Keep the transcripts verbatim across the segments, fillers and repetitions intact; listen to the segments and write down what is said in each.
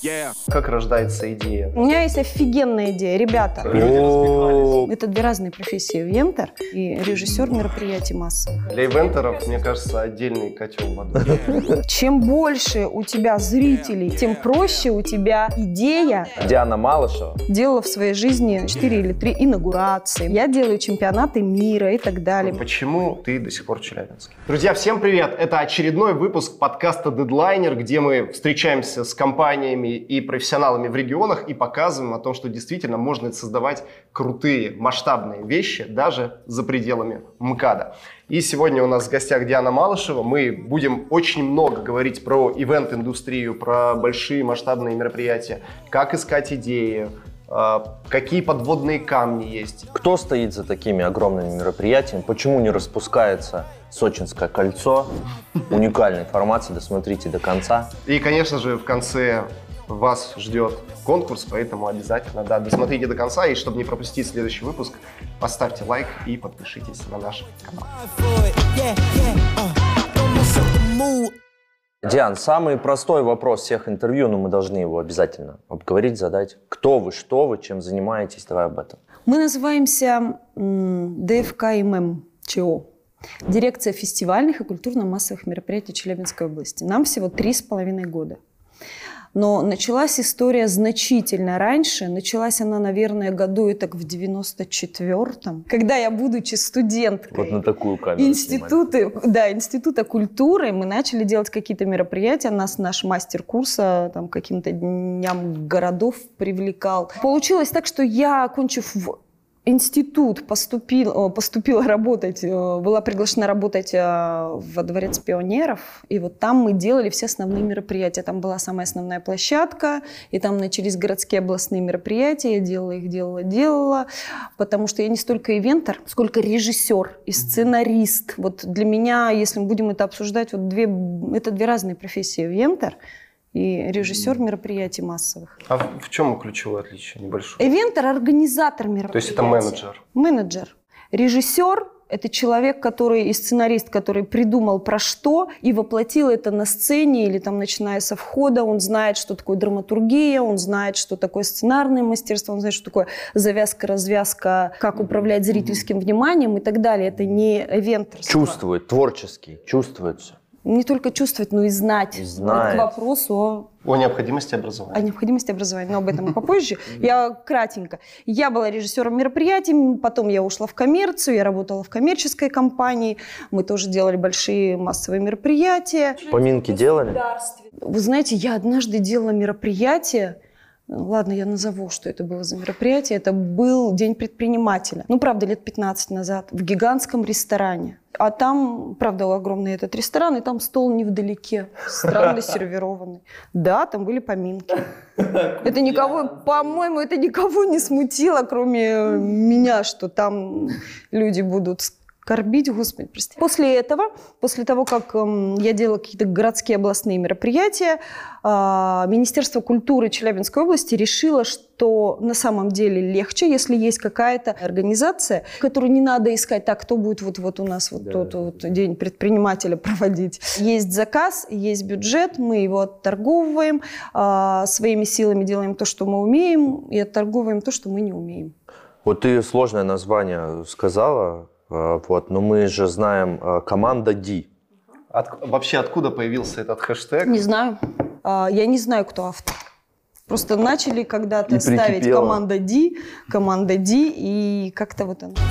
Yeah. Как рождается идея? У меня есть офигенная идея, ребята. Это две разные профессии: ивентер и режиссер мероприятий массовых. Для ивентеров, мне кажется, отдельный котел воды. Чем больше у тебя зрителей, тем проще у тебя идея. Диана Малышева Делала в своей жизни четыре или три инаугурации. Я делаю чемпионаты мира и так далее. Почему ты до сих пор челябинский? Друзья, всем привет! Это очередной выпуск подкаста Deadliner, где мы встречаемся с компаниями и профессионалами в регионах и показываем о том, что действительно можно создавать крутые, масштабные вещи даже за пределами МКАДа. И сегодня у нас в гостях Диана Малышева. Мы будем очень много говорить про ивент-индустрию, про большие масштабные мероприятия, как искать идеи, какие подводные камни есть. Кто стоит за такими огромными мероприятиями? Почему не распускается Сочинское кольцо? Уникальная информация, досмотрите до конца. И, конечно же, в конце вас ждет конкурс, поэтому обязательно, да, досмотрите до конца. И чтобы не пропустить следующий выпуск, поставьте лайк и подпишитесь на наш канал. Диан, самый простой вопрос всех интервью, но мы должны его обязательно обговорить, задать. Кто вы, что вы, чем занимаетесь? Давай об этом. Мы называемся ди эф ка эм эм че о. Дирекция фестивальных и культурно-массовых мероприятий Челябинской области. Нам всего три с половиной года. Но началась история значительно раньше. Началась она, наверное, году и так в девяносто четвёртом, когда я, будучи студенткой вот на такую камеру институты, да, института культуры, мы начали делать какие-то мероприятия. Нас наш мастер курса там, каким-то дням городов привлекал. Получилось так, что я, окончив в институт, поступил, поступила работать, была приглашена работать во Дворец пионеров, и вот там мы делали все основные мероприятия. Там была самая основная площадка, и там начались городские областные мероприятия. Я делала их, делала, делала, потому что я не столько ивентер, сколько режиссер и сценарист. Вот для меня, если мы будем это обсуждать, вот две, это две разные профессии: ивентер и режиссер мероприятий массовых. А в чем ключевое отличие небольшое? Ивентер – организатор мероприятия. То есть это менеджер? Менеджер. Режиссер – это человек, который и сценарист, который придумал про что и воплотил это на сцене, или там, начиная со входа, он знает, что такое драматургия, он знает, что такое сценарное мастерство, он знает, что такое завязка, развязка, как управлять зрительским вниманием и так далее. Это не ивентерство. Чувствует, творческий, чувствует все. Не только чувствовать, но и знать. И знает. К вопросу о... О необходимости образования. О необходимости образования, но об этом попозже. Я кратенько. Я была режиссером мероприятий, потом я ушла в коммерцию, я работала в коммерческой компании, мы тоже делали большие массовые мероприятия. Поминки делали? Вы знаете, я однажды делала мероприятие, ладно, я назову, что это было за мероприятие, это был День предпринимателя. Ну, правда, лет пятнадцать назад, в гигантском ресторане. А там, правда, огромный этот ресторан, и там стол невдалеке, странно сервированный. Да, там были поминки. Это никого, по-моему, это никого не смутило, кроме меня, что там люди будут скорбить, Господи, прости. После этого, после того, как э, я делала какие-то городские областные мероприятия, э, Министерство культуры Челябинской области решило, что на самом деле легче, если есть какая-то организация, которую не надо искать, так, кто будет вот, вот у нас вот да. тот вот День предпринимателя проводить. Есть заказ, есть бюджет, мы его отторговываем, э, своими силами делаем то, что мы умеем, и отторговываем то, что мы не умеем. Вот ты сложное название сказала. Вот, но мы же знаем команда Ди. От, вообще откуда появился этот хэштег? Не знаю. Я не знаю, кто автор. Просто начали когда-то ставить команда Ди, команда Ди, и как-то вот оно.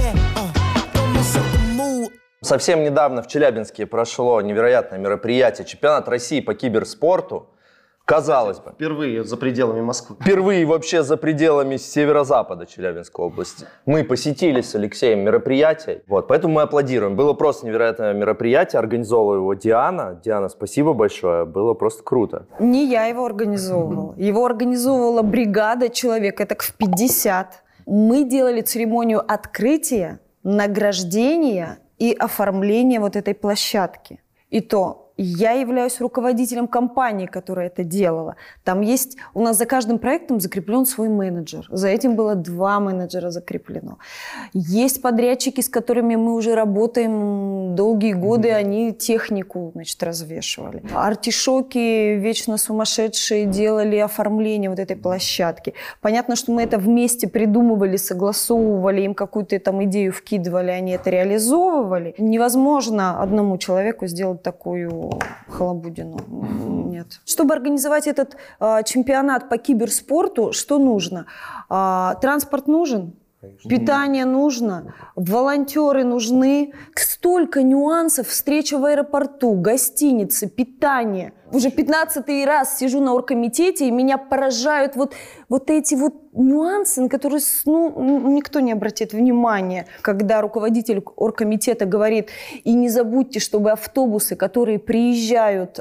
Совсем недавно в Челябинске прошло невероятное мероприятие, чемпионат России по киберспорту. Казалось бы. Впервые за пределами Москвы. Впервые вообще за пределами северо-запада Челябинской области. Мы посетили с Алексеем мероприятие. Вот, поэтому мы аплодируем. Было просто невероятное мероприятие. Организовала его Диана. Диана, спасибо большое. Было просто круто. Не я его организовывала. Его организовывала бригада человек, это в пятьдесят. Мы делали церемонию открытия, награждения и оформления вот этой площадки. И то Я являюсь руководителем компании, которая это делала. Там есть, у нас за каждым проектом закреплен свой менеджер. За этим было два менеджера закреплено. Есть подрядчики, с которыми мы уже работаем долгие годы, mm-hmm. они технику, значит, развешивали. Артишоки вечно сумасшедшие делали оформление вот этой площадки. Понятно, что мы это вместе придумывали, согласовывали, им какую-то там идею вкидывали, они это реализовывали. Невозможно одному человеку сделать такую халабудину. Нет. Чтобы организовать этот э, чемпионат по киберспорту, что нужно? Э, транспорт нужен? Конечно. Питание нужно, волонтеры нужны. Столько нюансов, встреча в аэропорту, гостиницы, питание. Уже пятнадцатый раз сижу на оргкомитете, и меня поражают вот, вот эти вот нюансы, на которые ну, никто не обратит внимания. Когда руководитель оргкомитета говорит, и не забудьте, чтобы автобусы, которые приезжают э,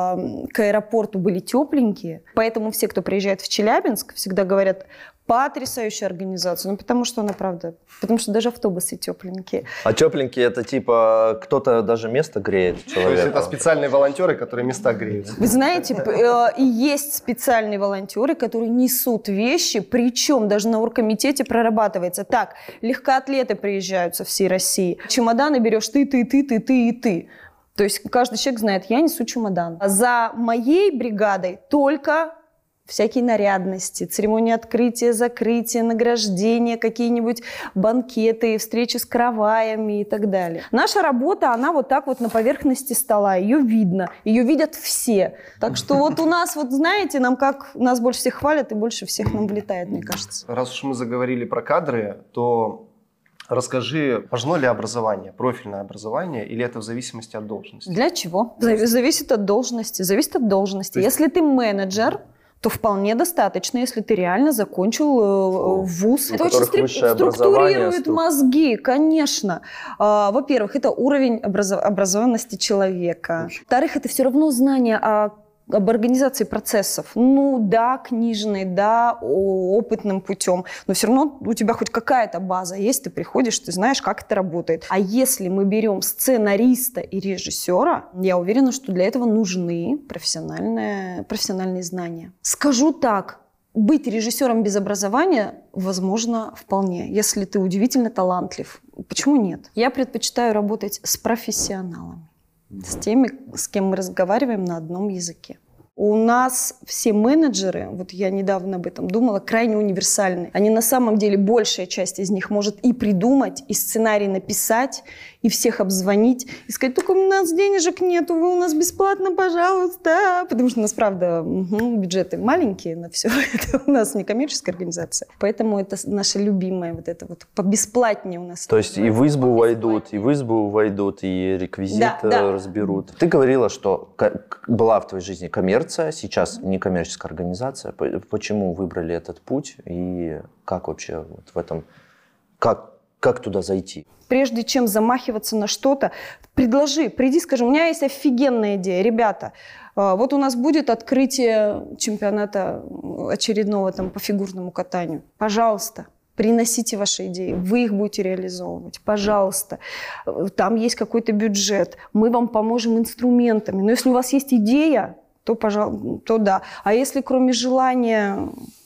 к аэропорту, были тепленькие. Поэтому все, кто приезжает в Челябинск, всегда говорят, потрясающая организация. Ну, потому что она, правда, потому что даже автобусы тепленькие. А тепленькие это типа кто-то даже место греет человека? То есть это специальные волонтеры, которые места греют? Вы знаете, э, есть специальные волонтеры, которые несут вещи, причем даже на оргкомитете прорабатывается. Так, легкоатлеты приезжают со всей России. Чемоданы берешь ты, ты, ты, ты, ты и ты. То есть каждый человек знает, я несу чемодан. За моей бригадой только всякие нарядности, церемонии открытия, закрытия, награждения, какие-нибудь банкеты, встречи с караваями и так далее. Наша работа, она вот так вот на поверхности стола, ее видно, ее видят все. Так что вот у нас, вот знаете, нам как, нас больше всех хвалят и больше всех нам влетает, мне кажется. Раз уж мы заговорили про кадры, то расскажи, важно ли образование, профильное образование, или это в зависимости от должности? Для чего? Зависит от должности, зависит от должности. есть... Если ты менеджер, то вполне достаточно, если ты реально закончил э, вуз. У это очень струк- структурирует струк... мозги, конечно. А, во-первых, это уровень образ... образованности человека. Во-вторых, это все равно знание о об организации процессов. Ну да, книжной, да, опытным путем, но все равно у тебя хоть какая-то база есть, ты приходишь, ты знаешь, как это работает. А если мы берем сценариста и режиссера, я уверена, что для этого нужны профессиональные, профессиональные знания. Скажу так, быть режиссером без образования возможно вполне, если ты удивительно талантлив. Почему нет? Я предпочитаю работать с профессионалами. С теми, с кем мы разговариваем на одном языке. У нас все менеджеры, вот я недавно об этом думала, крайне универсальны. Они на самом деле, большая часть из них может и придумать, и сценарий написать, и всех обзвонить, и сказать, только у нас денежек нету, вы у нас бесплатно, пожалуйста. Потому что у нас, правда, угу, бюджеты маленькие на все это. У нас не коммерческая организация. Поэтому это наша любимая вот это вот побесплатнее у нас. То есть и в избу войдут, и в избу войдут, и реквизит да, да. разберут. Ты говорила, что была в твоей жизни коммерция, сейчас некоммерческая организация. Почему выбрали этот путь и как вообще вот в этом, как, как туда зайти? Прежде чем замахиваться на что-то, предложи, приди, скажи, у меня есть офигенная идея, ребята, вот у нас будет открытие чемпионата очередного там, по фигурному катанию. Пожалуйста, приносите ваши идеи, вы их будете реализовывать, пожалуйста. Там есть какой-то бюджет, мы вам поможем инструментами. Но если у вас есть идея, то, пожалуйста, то да. А если кроме желания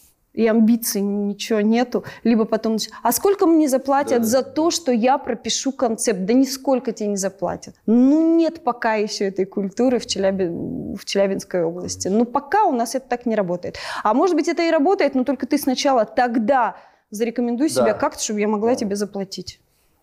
и амбиций ничего нету, либо потом... А сколько мне заплатят да. за то, что я пропишу концепт? Да нисколько тебе не заплатят. Ну, нет пока еще этой культуры в, Челяби... в Челябинской области. Ну, пока у нас это так не работает. А может быть, это и работает, но только ты сначала тогда зарекомендуй себя да. как-то, чтобы я могла да. тебе заплатить.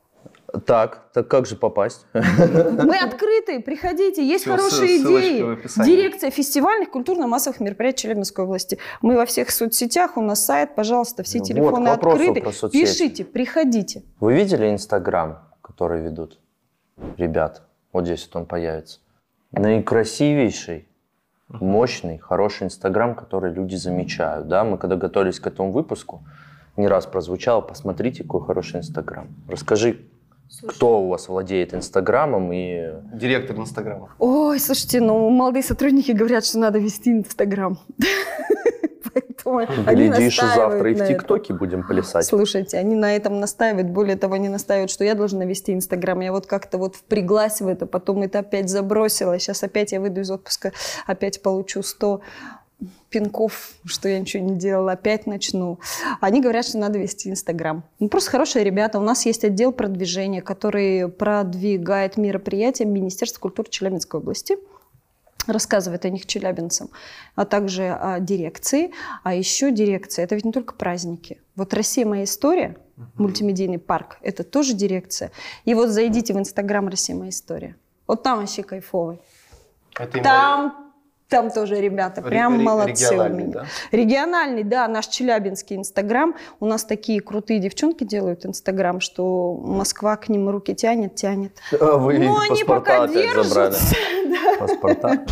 Так, так как же попасть? Мы открыты, приходите, есть Все, хорошие идеи. Дирекция фестивальных культурно-массовых мероприятий Челябинской области. Мы во всех соцсетях, у нас сайт, пожалуйста, все телефоны вот, открыты. Пишите, приходите. Вы видели Инстаграм, который ведут ребят? Вот здесь вот он появится. Наикрасивейший, мощный, хороший Инстаграм, который люди замечают. Да? Мы когда готовились к этому выпуску, не раз прозвучало, посмотрите, какой хороший Инстаграм. Расскажи, Слушай. кто у вас владеет Инстаграмом и... Директор Инстаграма. Ой, слушайте, ну молодые сотрудники говорят, что надо вести Инстаграм. что они Глядишь, и настаивают завтра и в на этом. ТикТоке будем плясать. Слушайте, они на этом настаивают. Более того, они настаивают, что я должна вести Инстаграм. Я вот как-то вот впряглась в это, потом это опять забросила. Сейчас опять я выйду из отпуска, опять получу сто пинков, что я ничего не делала, опять начну. Они говорят, что надо вести Инстаграм. Ну, просто хорошие ребята. У нас есть отдел продвижения, который продвигает мероприятия Министерства культуры Челябинской области. Рассказывает о них челябинцам, а также о дирекции. А еще дирекция – это ведь не только праздники. Вот «Россия. Моя история», мультимедийный парк – это тоже дирекция. И вот зайдите в Инстаграм «Россия. Моя история». Вот там вообще кайфовый. Это Там, там тоже ребята прям ре- молодцы у региональный, меня. да? Региональный, да, наш челябинский Инстаграм. У нас такие крутые девчонки делают Инстаграм, что Москва к ним руки тянет, тянет. А вы Но они паспорта пока опять держатся. забрали. Паспорта.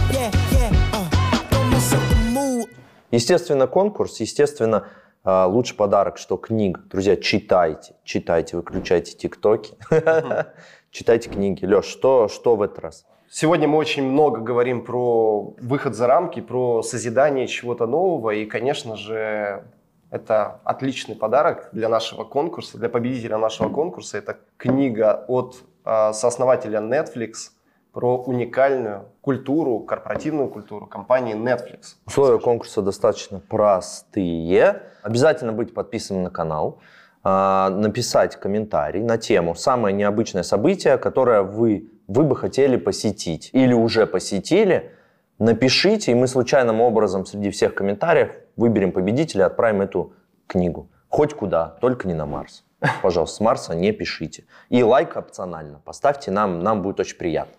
Естественно, конкурс, естественно, а, лучший подарок, что книга. Друзья, читайте, читайте, выключайте тиктоки, читайте книги. Леш, что, что в этот раз? Сегодня мы очень много говорим про выход за рамки, про созидание чего-то нового. И, конечно же, это отличный подарок для нашего конкурса, для победителя нашего конкурса. Это книга от э, сооснователя Netflix про уникальную культуру, корпоративную культуру компании Netflix. Условия конкурса достаточно простые. Обязательно быть подписанным на канал, написать комментарий на тему «Самое необычное событие, которое вы, вы бы хотели посетить или уже посетили». Напишите, и мы случайным образом среди всех комментариев выберем победителя и отправим эту книгу. Хоть куда, только не на Марс. Пожалуйста, с Марса не пишите. И лайк опционально поставьте, нам, нам будет очень приятно.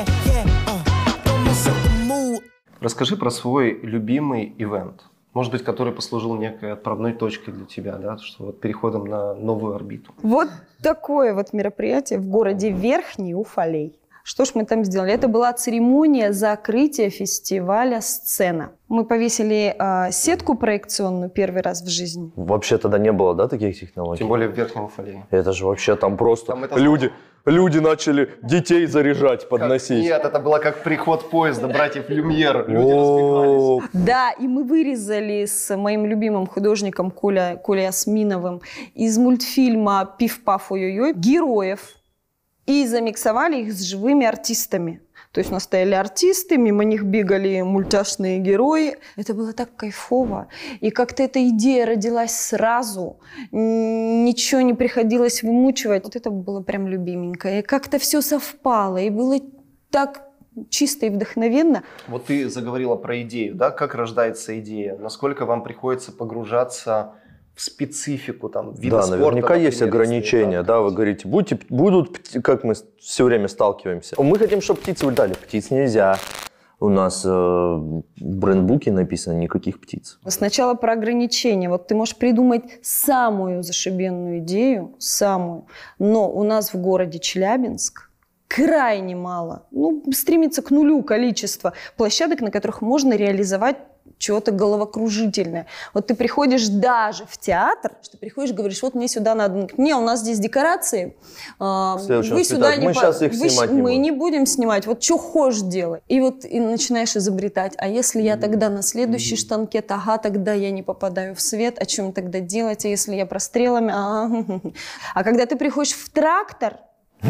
Расскажи про свой любимый ивент. Может быть, который послужил некой отправной точкой для тебя, да, что вот переходом на новую орбиту. Вот такое вот мероприятие в городе Верхний Уфалей. Что ж мы там сделали? Это была церемония закрытия фестиваля «Сцена». Мы повесили э, сетку проекционную первый раз в жизни. Вообще тогда не было, да, таких технологий? Тем более в Верхнем Уфалее. Это же вообще там просто Там это- люди, люди начали детей заряжать, подносить. Нет, это было как приход поезда братьев Люмьер. Люди О, разбегались. Да, и мы вырезали с моим любимым художником Коля, Колей Осминовым из мультфильма «Пиф-паф, ой-ой-ой» героев. И замиксовали их с живыми артистами. То есть у нас стояли артисты, мимо них бегали мультяшные герои. Это было так кайфово. И как-то эта идея родилась сразу. Н- Ничего не приходилось вымучивать. Вот это было прям любименькое. И как-то все совпало. И было так чисто и вдохновенно. Вот ты заговорила про идею, да? Как рождается идея? Насколько вам приходится погружаться в специфику там, вида да, спорта? наверняка есть например, ограничения, если да, так. вы говорите, будьте, будут, пти- как мы все время сталкиваемся. Мы хотим, чтобы птицы улетали, птиц нельзя. У нас э, в брендбуке написано никаких птиц. Сначала про ограничения. Вот ты можешь придумать самую зашибенную идею, самую, но у нас в городе Челябинск крайне мало, ну, стремится к нулю количество площадок, на которых можно реализовать чего-то головокружительное. Вот ты приходишь даже в театр, ты приходишь, говоришь, вот мне сюда надо. Не, у нас здесь декорации. а, Следующий Вы раз сюда питать. не Мы по- сейчас их вы щ- снимать не Мы будем. не будем снимать. Вот что хочешь делай. И вот и начинаешь изобретать. А если я тогда на следующий штанкет, ага, тогда я не попадаю в свет, о чем тогда делать? А если я прострелами? Ага. А когда ты приходишь в трактор,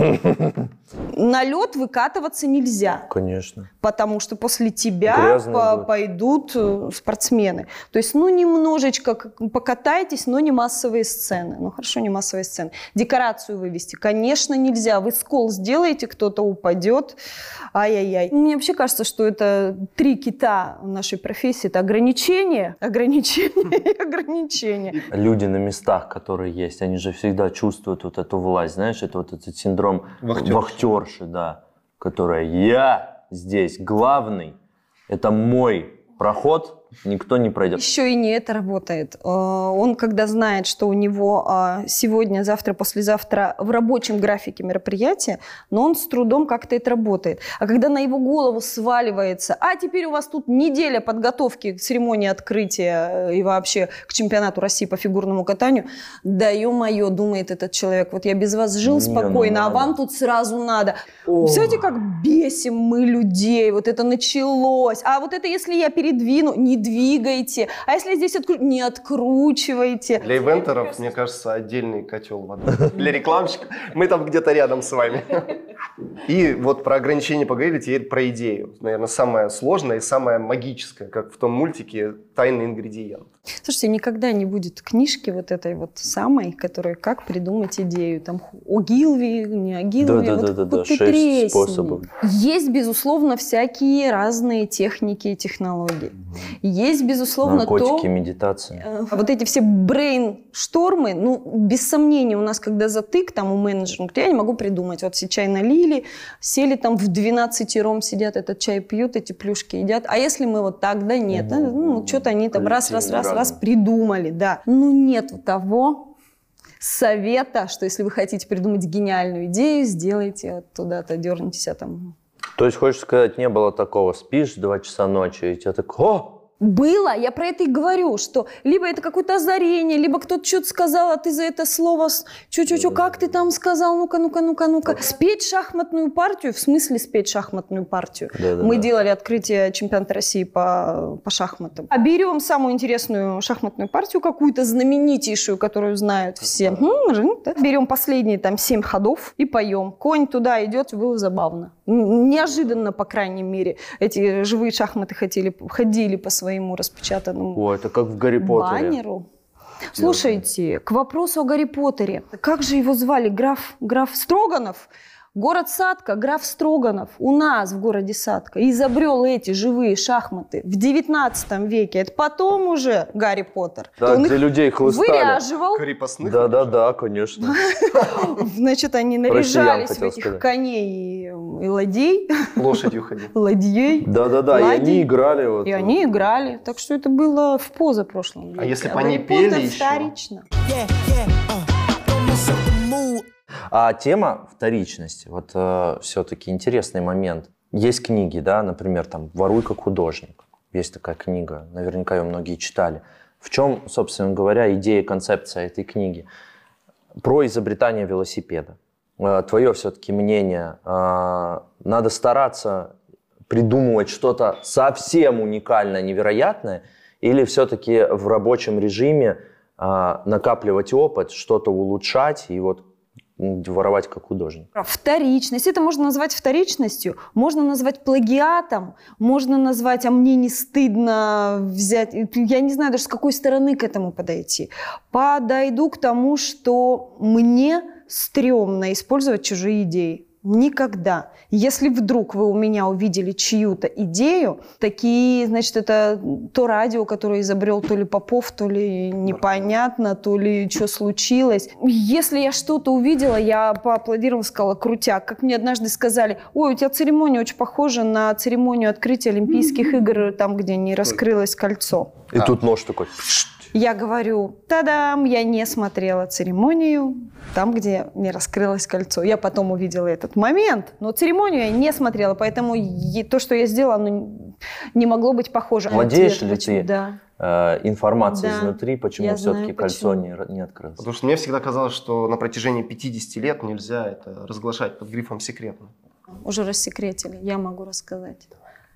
на лед выкатываться нельзя. Конечно. Потому что после тебя Грязный по- будет. пойдут э, спортсмены. То есть, ну, немножечко как- покатайтесь, но не массовые сцены. Ну, хорошо, не массовые сцены. Декорацию вывести, конечно, нельзя. Вы скол сделаете, кто-то упадет. Ай-яй-яй. Мне вообще кажется, что это три кита в нашей профессии. Это ограничения, ограничения и ограничения. Люди на местах, которые есть, они же всегда чувствуют вот эту власть. Знаешь, это вот этот синдром Вахтерши. вахтерши, да, которая я здесь главный, это мой проход, никто не пройдет. Еще и не это работает. Э, Он, когда знает, что у него а, сегодня, завтра, послезавтра в рабочем графике мероприятия, но он с трудом как-то это работает. А когда на его голову сваливается, а теперь у вас тут неделя подготовки к церемонии открытия э, и вообще к чемпионату России по фигурному катанию, да ё-моё, думает этот человек, вот я без вас жил Не, спокойно, ну а надо. вам тут сразу надо. Представляете, как бесим мы людей, вот это началось. А вот это если я передвину, не двигайте. А если здесь откру... не откручивайте. Для ивентеров, мне кажется, отдельный котел воды. Для рекламщиков. Мы там где-то рядом с вами. И вот про ограничения поговорили, теперь про идею. Наверное, самое сложное и самое магическое, как в том мультике «Тайный ингредиент». Слушайте, никогда не будет книжки вот этой вот самой, которая «Как придумать идею». Там Огилви, не Огилви, да, вот, да, да, вот да, ты шесть тресни. способов. Есть, безусловно, всякие разные техники и технологии. Есть, безусловно, наркотики, то... медитация. А вот эти все брейн-штормы, ну, без сомнения, у нас, когда затык там у менеджера, я не могу придумать. Вот все чай налили, сели там в двенадцатером сидят, этот чай пьют, эти плюшки едят. А если мы вот так, да нет, mm-hmm. да, ну, что-то они там раз-раз-раз-раз придумали, да. Ну, нет того совета, что если вы хотите придумать гениальную идею, сделайте вот туда-то, дернитесь, а там... То есть, хочешь сказать, не было такого, спишь два часа ночи, и тебя так, о! Было, я про это и говорю, что либо это какое-то озарение, либо кто-то что-то сказал, а ты за это слово, чу-чу-чу, как ты там сказал, ну-ка, ну-ка, ну-ка, ну-ка. Спеть шахматную партию, в смысле спеть шахматную партию. Да-да-да. Мы делали открытие чемпионата России по, по шахматам. А берем самую интересную шахматную партию, какую-то знаменитейшую, которую знают все. Берем последние там семь ходов и поем. Конь туда идет, было забавно. Неожиданно, по крайней мере, эти живые шахматы ходили, ходили по своему своему распечатанному О, это как в Гарри Поттере. баннеру. Слушайте, к вопросу о Гарри Поттере. Как же его звали? Граф, граф Строганов? Город Сатка, граф Строганов у нас в городе Сатка изобрел эти живые шахматы в девятнадцатом веке. Это потом уже Гарри Поттер. Да, Он где их людей хлыстали. выряживал. Крепостных? Да-да-да, конечно. Значит, они наряжались в этих коней и ладей. Лошадью ходил. Ладьей. Да-да-да, и они играли. Вот. И они играли. Так что это было в позапрошлом веке. А если бы они пели еще? Вторично. А тема вторичности, вот э, все-таки интересный момент. Есть книги, да, например, там «Воруй как художник». Есть такая книга, наверняка ее многие читали. В чем, собственно говоря, идея, концепция этой книги? Про изобретание велосипеда. Э, твое все-таки мнение. Э, надо стараться придумывать что-то совсем уникальное, невероятное, или все-таки в рабочем режиме э, накапливать опыт, что-то улучшать и вот воровать как художник. Вторичность. Это можно назвать вторичностью, можно назвать плагиатом, можно назвать, а мне не стыдно взять. Я не знаю даже, с какой стороны к этому подойти. Подойду к тому, что мне стрёмно использовать чужие идеи. Никогда. Если вдруг вы у меня увидели чью-то идею, такие, значит, это то радио, которое изобрел то ли Попов, то ли непонятно, то ли что случилось. Если я что-то увидела, я поаплодировала, сказала крутяк. Как мне однажды сказали, ой, у тебя церемония очень похожа на церемонию открытия Олимпийских игр, там, где не раскрылось кольцо. И а. тут нож такой... Я говорю, та-дам, я не смотрела церемонию там, где не раскрылось кольцо. Я потом увидела этот момент, но церемонию я не смотрела, поэтому то, что я сделала, оно не могло быть похоже. Владеешь ли почему? ты Да. э, информацией Да. изнутри, почему Я все-таки знаю, кольцо почему. не, не открылось? Потому что мне всегда казалось, что на протяжении пятидесяти лет нельзя это разглашать под грифом «секретно». Уже рассекретили, я могу рассказать.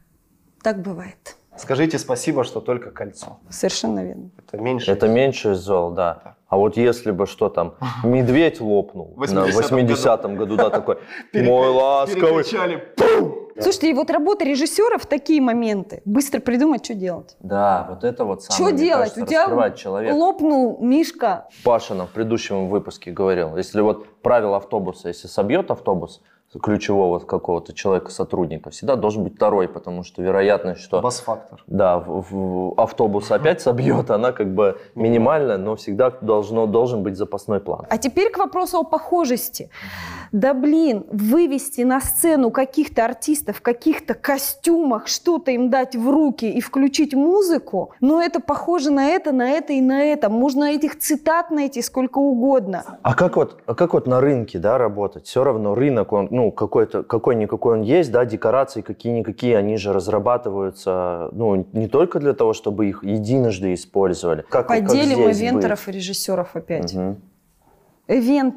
Так бывает. Скажите спасибо, что только кольцо. Совершенно верно. Это меньше. Это меньше зол, да. А вот если бы что там, медведь лопнул на восьмидесятом году, да, такой, мой ласковый. Слушайте, и вот работа режиссера в такие моменты. Быстро придумать, что делать. Да, вот это вот самое, Что мне делать? кажется, У тебя раскрывает человека. лопнул Мишка. Пашина в предыдущем выпуске говорил, если вот правило автобуса, если собьет автобус ключевого какого-то человека, сотрудника, всегда должен быть второй, потому что вероятность, что Бас-фактор. Да, в, в автобус опять собьет, она как бы минимальная, но всегда должно, должен быть запасной план. А теперь к вопросу о похожести. Да блин, вывести на сцену каких-то артистов в каких-то костюмах, что-то им дать в руки и включить музыку, ну это похоже на это, на это и на это. Можно этих цитат найти сколько угодно. А как вот, а как вот на рынке, да, работать? Все равно рынок, он, ну, какой-то, какой-никакой он есть, да, декорации какие-никакие, они же разрабатываются, ну, не только для того, чтобы их единожды использовали. Как, Поделим как здесь ивентеров быть? и режиссеров опять. Угу. Ивентер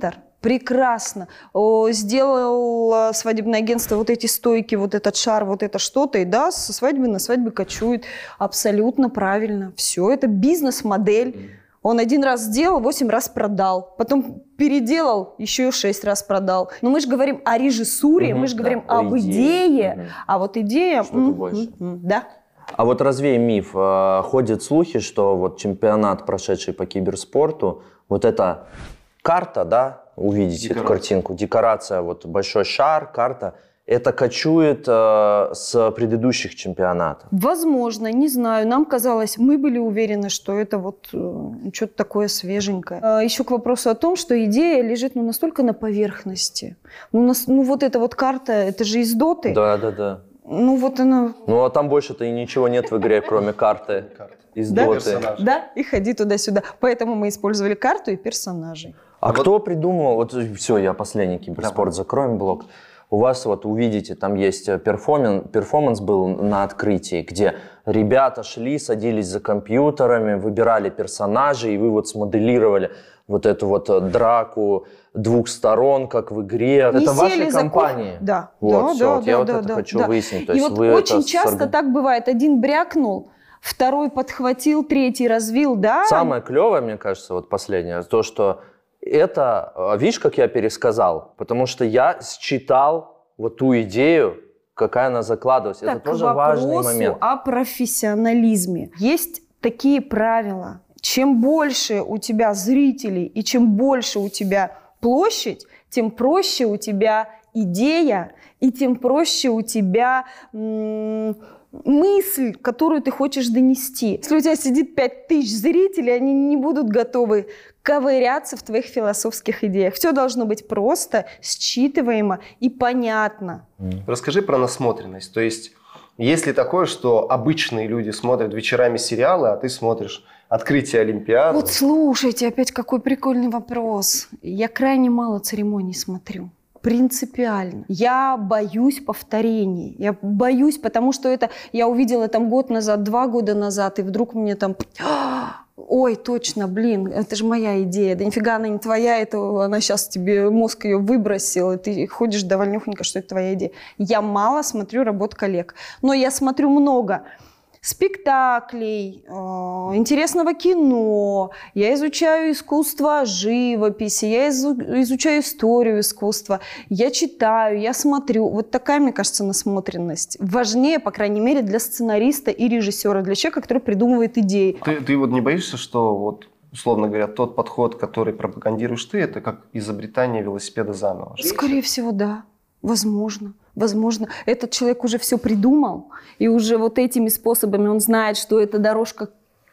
Прекрасно. О, сделал свадебное агентство вот эти стойки, вот этот шар, вот это что-то, и да, со свадьбы на свадьбы кочует. Абсолютно правильно. Все, это бизнес-модель. Он один раз сделал, восемь раз продал. Потом переделал, еще шесть раз продал. Но мы же говорим о режиссуре, угу, мы же говорим да, об идее. идее. Угу. А вот идея... Что-то м-м, больше. М-м, да. А вот развей миф. Ходят слухи, что вот чемпионат, прошедший по киберспорту, вот эта карта, да, увидите эту картинку, декорация, вот большой шар, карта, это кочует э, с предыдущих чемпионатов? Возможно, не знаю. Нам казалось, мы были уверены, что это вот э, что-то такое свеженькое. А еще к вопросу о том, что идея лежит ну, настолько на поверхности. Ну, нас, ну вот эта вот карта, это же из доты. Да, да, да. Ну вот она... Ну а там больше-то и ничего нет в игре, кроме карты из да? доты. Да, и ходи туда-сюда. Поэтому мы использовали карту и персонажей. А, а кто вот... придумал... Вот все, я последний киберспорт, да. Закроем блок. У вас вот увидите, там есть перформанс, перформанс был на открытии, где ребята шли, садились за компьютерами, выбирали персонажей, и вы вот смоделировали вот эту вот драку двух сторон, как в игре. Не это ваши за компании? Коф... Да. Вот, да, все, да, вот да, я да, вот да, это да, хочу да. выяснить. То и есть вот вы очень это часто сорг... так бывает. Один брякнул, второй подхватил, третий развил, да? Самое клевое, мне кажется, вот последнее, то, что это, видишь, как я пересказал? Потому что я считал вот ту идею, какая она закладывалась. Так, это тоже важный момент. О профессионализме. Есть такие правила. Чем больше у тебя зрителей и чем больше у тебя площадь, тем проще у тебя идея и тем проще у тебя м- мысль, которую ты хочешь донести. Если у тебя сидит пять тысяч зрителей, они не будут готовы ковыряться в твоих философских идеях. Все должно быть просто, считываемо и понятно. Расскажи про насмотренность. То есть, есть ли такое, что обычные люди смотрят вечерами сериалы, а ты смотришь открытие Олимпиады? Вот слушайте, опять какой прикольный вопрос. Я крайне мало церемоний смотрю. Принципиально. Я боюсь повторений. Я боюсь, потому что это я увидела там год назад, два года назад, и вдруг мне там... Ой, точно, блин, это же моя идея. Да нифига она не твоя, это она сейчас тебе мозг ее выбросил, и ты ходишь довольнёхонько, что это твоя идея. Я мало смотрю работ коллег, но я смотрю много спектаклей, э, интересного кино, я изучаю искусство живописи, я изу- изучаю историю искусства, я читаю, я смотрю. Вот такая, мне кажется, насмотренность. Важнее, по крайней мере, для сценариста и режиссера, для человека, который придумывает идеи. Ты, ты вот не боишься, что, вот, условно говоря, тот подход, который пропагандируешь ты, это как изобретание велосипеда заново? Скорее всего, да. Возможно. Возможно, этот человек уже все придумал, и уже вот этими способами он знает, что эта дорожка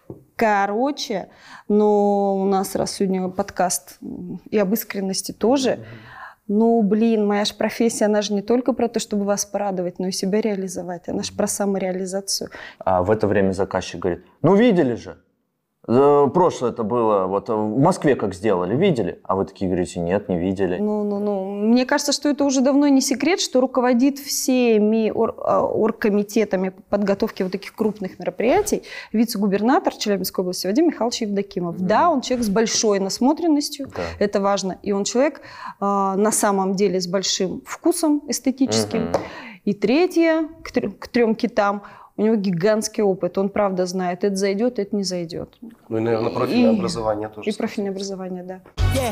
короче, но у нас раз сегодня подкаст и об искренности тоже. Ну, блин, моя же профессия, она же не только про то, чтобы вас порадовать, но и себя реализовать. Она же про самореализацию. А в это время заказчик говорит, ну, видели же. Прошлое это было, вот в Москве как сделали, видели? А вы такие говорите, нет, не видели. Ну, ну, ну. Мне кажется, что это уже давно не секрет, что руководит всеми ор- оргкомитетами по подготовке вот таких крупных мероприятий вице-губернатор Челябинской области Вадим Михайлович Евдокимов. Mm. Да, он человек с большой насмотренностью, да. Это важно. И он человек э, на самом деле с большим вкусом эстетическим. Mm-hmm. И третье, к, трем, к трем китам, у него гигантский опыт, он правда знает, это зайдет, это не зайдет. Ну и, наверное, профильное и, образование тоже. И профильное образование, да.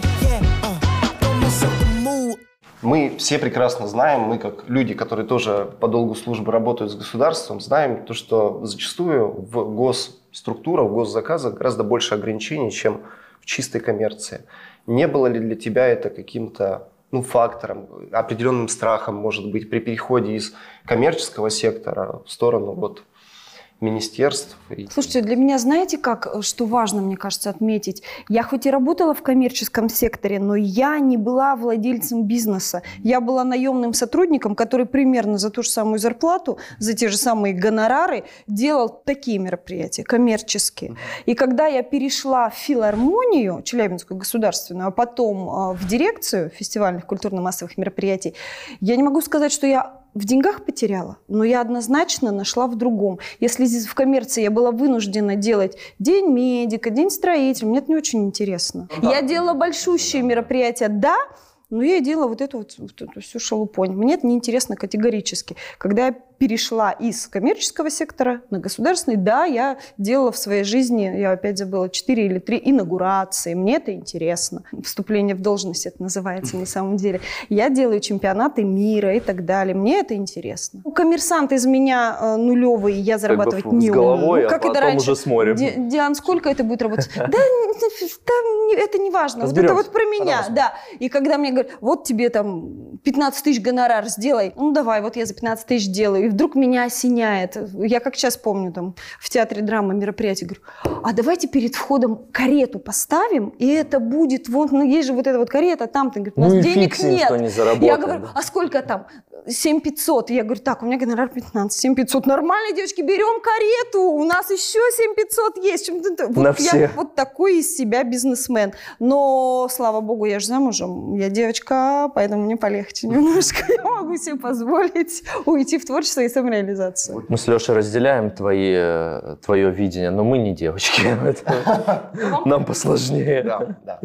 Мы все прекрасно знаем, мы как люди, которые тоже по долгу службы работают с государством, знаем то, что зачастую в госструктурах, в госзаказах гораздо больше ограничений, чем в чистой коммерции. Не было ли для тебя это каким-то ну, фактором, определенным страхом, может быть, при переходе из коммерческого сектора в сторону вот, министерств? Слушайте, для меня знаете как, что важно, мне кажется, отметить? Я хоть и работала в коммерческом секторе, но я не была владельцем бизнеса. Я была наемным сотрудником, который примерно за ту же самую зарплату, за те же самые гонорары делал такие мероприятия, коммерческие. И когда я перешла в филармонию, Челябинскую государственную, а потом в дирекцию фестивальных культурно-массовых мероприятий, я не могу сказать, что я в деньгах потеряла, но я однозначно нашла в другом. Если здесь в коммерции я была вынуждена делать день медика, день строителя, мне это не очень интересно. Да. Я делала большущие мероприятия, да, Но я делала вот эту вот, вот эту всю шелупонь. Мне это неинтересно категорически. Когда я перешла из коммерческого сектора на государственный, да, я делала в своей жизни, я опять забыла, четыре или три инаугурации. Мне это интересно. Вступление в должность это называется на самом деле. Я делаю чемпионаты мира и так далее. Мне это интересно. Коммерсант из меня э, нулевый, я зарабатывать как бы не с головой, умею. а Как потом это раньше. уже смотрим. Ди- Диан, сколько это будет работать? Да, это не важно. Вот это вот про меня, да. И когда мне говорят, вот тебе там пятнадцать тысяч гонорар сделай. Ну, давай, вот я за пятнадцать тысяч делаю. И вдруг меня осеняет. Я как сейчас помню, там, в театре драмы мероприятие, говорю, а давайте перед входом карету поставим, и это будет, вот, ну, есть же вот эта вот карета, там, ты говоришь, у нас ну, денег нет. Не заработает, я говорю, да. а сколько там? семь тысяч пятьсот. Я говорю, так, у меня гонорар пятнадцать, семь тысяч пятьсот. Нормально, девочки, берем карету, у нас еще семь тысяч пятьсот есть. Вот на я всех. Вот такой из себя бизнесмен. Но, слава богу, я же замужем, я девочка, поэтому мне полегче немножко. Я могу себе позволить уйти в творчество и самореализацию. Мы с Лешей разделяем твои, твое видение, но мы не девочки. Нам посложнее. Да, да.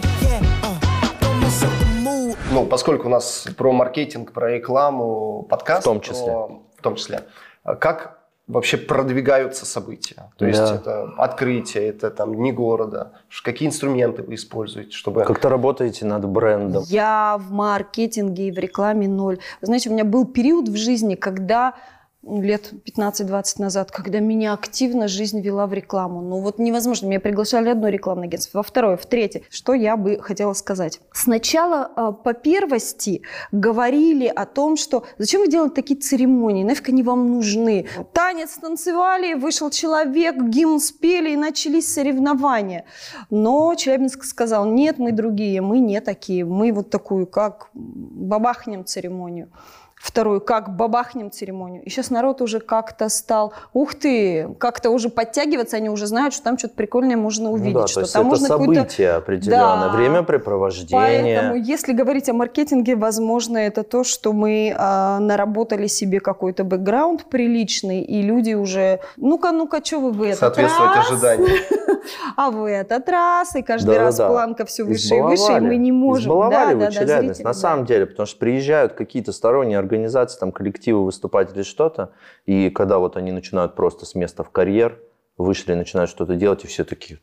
Ну, поскольку у нас про маркетинг, про рекламу, подкаст. В том числе. То, в том числе. Как вообще продвигаются события? То есть да. это открытие, это там дни города. Какие инструменты вы используете, чтобы... Как-то работаете над брендом? Я в маркетинге и в рекламе ноль. Вы знаете, у меня был период в жизни, когда... лет пятнадцать-двадцать назад, когда меня активно жизнь вела в рекламу. Ну вот невозможно. Меня приглашали одно рекламное агентство, во второе, в третье. Что я бы хотела сказать? Сначала э, по первости говорили о том, что зачем вы делаете такие церемонии, нафиг они вам нужны. Танец танцевали, вышел человек, гимн спели и начались соревнования. Но Челябинск сказал, нет, мы другие, мы не такие. Мы вот такую, как бабахнем церемонию. Вторую, как бабахнем церемонию. И сейчас народ уже как-то стал, ух ты, как-то уже подтягиваться, они уже знают, что там что-то прикольное можно увидеть. Ну да, что то есть там это можно событие определенное, да. времяпрепровождение. Поэтому, если говорить о маркетинге, возможно, это то, что мы а, наработали себе какой-то бэкграунд приличный, и люди уже, ну-ка, ну-ка, что вы в этот Соответствовать раз? ожиданиям. А в этот раз, и каждый Да, раз да, да. планка все выше и выше, и мы не можем. Избаловали да, вы да, Челябинск, да, на да. самом деле, потому что приезжают какие-то сторонние организации, там, коллективы выступать или что-то, и когда вот они начинают просто с места в карьер, вышли, начинают что-то делать, и все такие,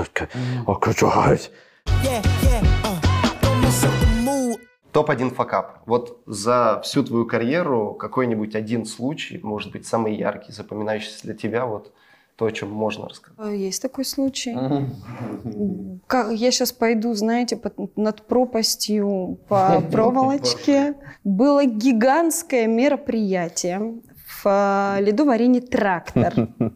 топ один факап. Вот за всю твою карьеру какой-нибудь один случай, может быть, самый яркий, запоминающийся для тебя, вот то, о чем можно рассказать. Есть такой случай. Как, я сейчас пойду, знаете, под, над пропастью по проволочке. Было гигантское мероприятие в ледоварении «Трактор».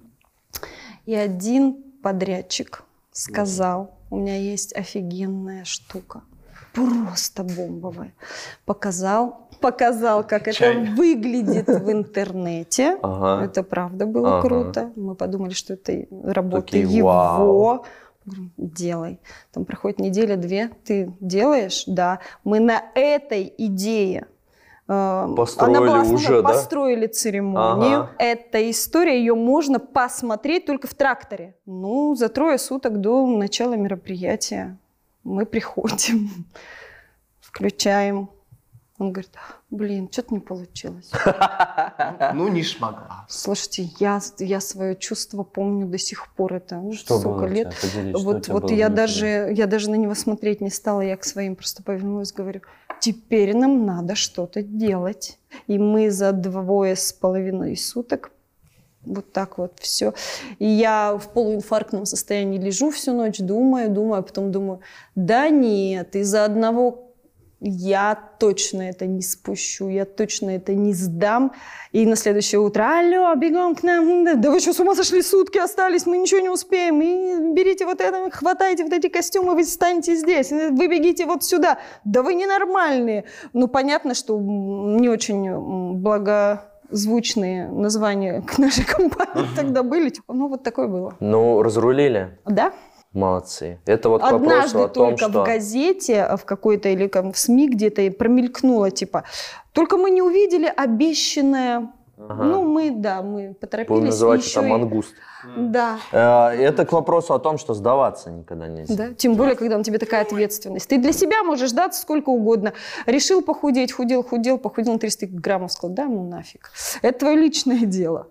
И один подрядчик сказал, у меня есть офигенная штука. Просто бомбовая. Показал, показал, как Чай. это выглядит в интернете. Ага. Это правда было Ага. круто. Мы подумали, что это работа Такие, его. вау. Говорю, делай. Там проходит неделя-две. Ты делаешь? Да. Мы на этой идее э, Построили она была основана, уже, да? построили церемонию. Ага. Эта история, ее можно посмотреть только в тракторе. Ну, за трое суток до начала мероприятия. Мы приходим, включаем. Он говорит, блин, что-то не получилось. Ну, не шмогла. Слушайте, я, я свое чувство помню до сих пор. Это ну, Что сколько было у лет. тебя? Поделись, что у Вот, тебя вот было я, внутри? даже, я даже на него смотреть не стала. Я к своим просто повернулась, говорю, теперь нам надо что-то делать. И мы за двое с половиной суток вот так вот все. И я в полуинфарктном состоянии лежу всю ночь, думаю, думаю, а потом думаю, да нет, из-за одного я точно это не спущу, я точно это не сдам. И на следующее утро, алло, бегом к нам, да вы что, с ума сошли, сутки остались, мы ничего не успеем. И берите вот это, хватайте вот эти костюмы, вы станете здесь, вы бегите вот сюда. Да вы ненормальные. Ну, понятно, что не очень благо... звучные названия к нашей компании тогда были. Ну, вот такое было. Ну, разрулили. Да. Молодцы. Это вот к Однажды вопросу о том, только что... в газете, в какой-то или в СМИ где-то промелькнуло, типа, только мы не увидели обещанное Ага. Ну, мы, да, мы поторопились. Будем называть еще это и- мангуст. Да. Это к вопросу о том, что сдаваться никогда нельзя. Да, тем более, когда на тебе такая ответственность. Ты для себя можешь ждать сколько угодно. Решил похудеть, худел, худел, похудел на триста граммов, сказал, да, ну нафиг. Это твое личное дело.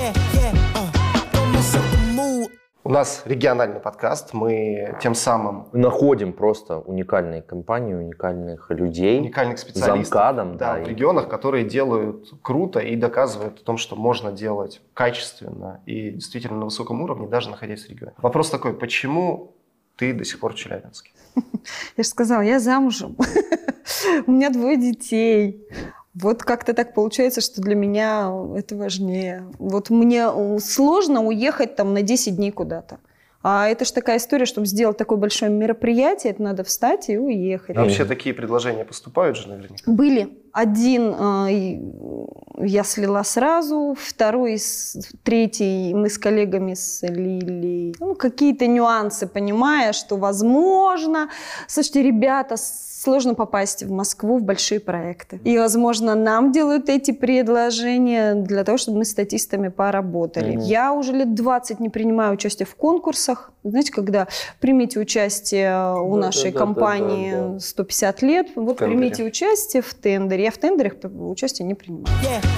У нас региональный подкаст, мы тем самым Находим просто уникальные компании, уникальных людей. уникальных специалистов замкадом, да, да, в и- регионах, которые делают круто и доказывают о том, что можно делать качественно и действительно на высоком уровне, даже находясь в регионе. Вопрос такой, почему ты до сих пор в Челябинске? Я же сказала, я замужем. У меня двое детей. Вот как-то так получается, что для меня это важнее. Вот мне сложно уехать там на десять дней куда-то. А это же такая история, чтобы сделать такое большое мероприятие, это надо встать и уехать. Вообще такие предложения поступают же наверняка? Были. Один э, я слила сразу, второй, с- третий мы с коллегами слили. Ну, какие-то нюансы, понимая, что возможно. Слушайте, ребята, сложно попасть в Москву в большие проекты. И, возможно, нам делают эти предложения для того, чтобы мы с статистами поработали. Мгм. Я уже лет двадцать не принимаю участие в конкурсах. Знаете, когда примите участие у Да, нашей да, да, компании да, да. сто пятьдесят лет, вот тендере. примите участие в тендере. Я в тендерах участие не принимаю.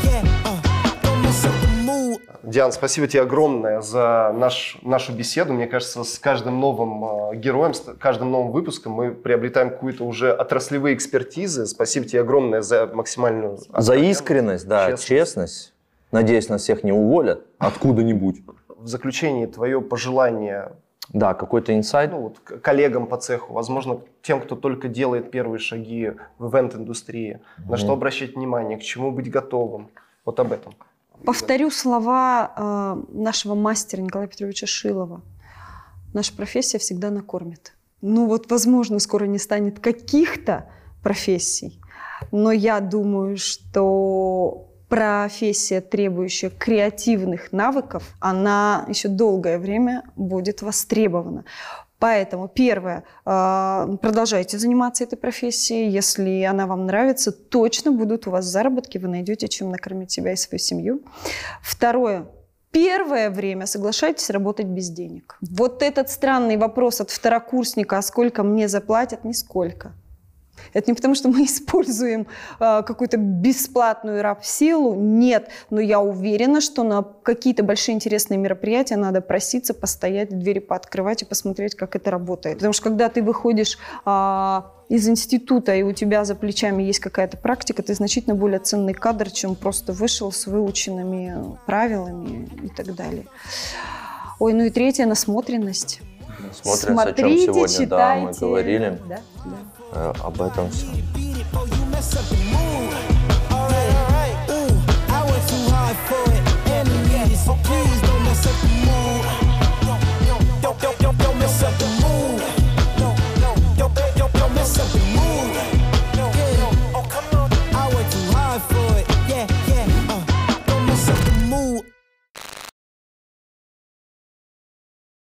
Диана, спасибо тебе огромное за наш, нашу беседу. Мне кажется, с каждым новым э, героем, с каждым новым выпуском мы приобретаем какую-то уже отраслевые экспертизы. Спасибо тебе огромное за максимальную... За откровенность, искренность, да, честность. честность. Надеюсь, нас всех не уволят откуда-нибудь. В заключении твое пожелание Да, какой-то инсайт. ну, вот, к- коллегам по цеху, возможно, тем, кто только делает первые шаги в ивент-индустрии, на что обращать внимание, к чему быть готовым. Вот об этом. Повторю слова э, нашего мастера Николая Петровича Шилова. Наша профессия всегда накормит. Ну вот, возможно, скоро не станет каких-то профессий, но я думаю, что профессия, требующая креативных навыков, она еще долгое время будет востребована. Поэтому, первое, э, продолжайте заниматься этой профессией. Если она вам нравится, точно будут у вас заработки, вы найдете, чем накормить себя и свою семью. Второе, первое время соглашайтесь работать без денег. Вот этот странный вопрос от второкурсника, а сколько мне заплатят, нисколько. Это не потому, что мы используем э, какую-то бесплатную рабсилу, нет. Но я уверена, что на какие-то большие интересные мероприятия надо проситься, постоять, двери пооткрывать и посмотреть, как это работает. Потому что когда ты выходишь э, из института, и у тебя за плечами есть какая-то практика, ты значительно более ценный кадр, чем просто вышел с выученными правилами и так далее. Ой, ну и третье, насмотренность. Смотрим, о чем сегодня да, мы говорили. Да, да. Э, об этом все. Beat it, oh, you mess up the mood.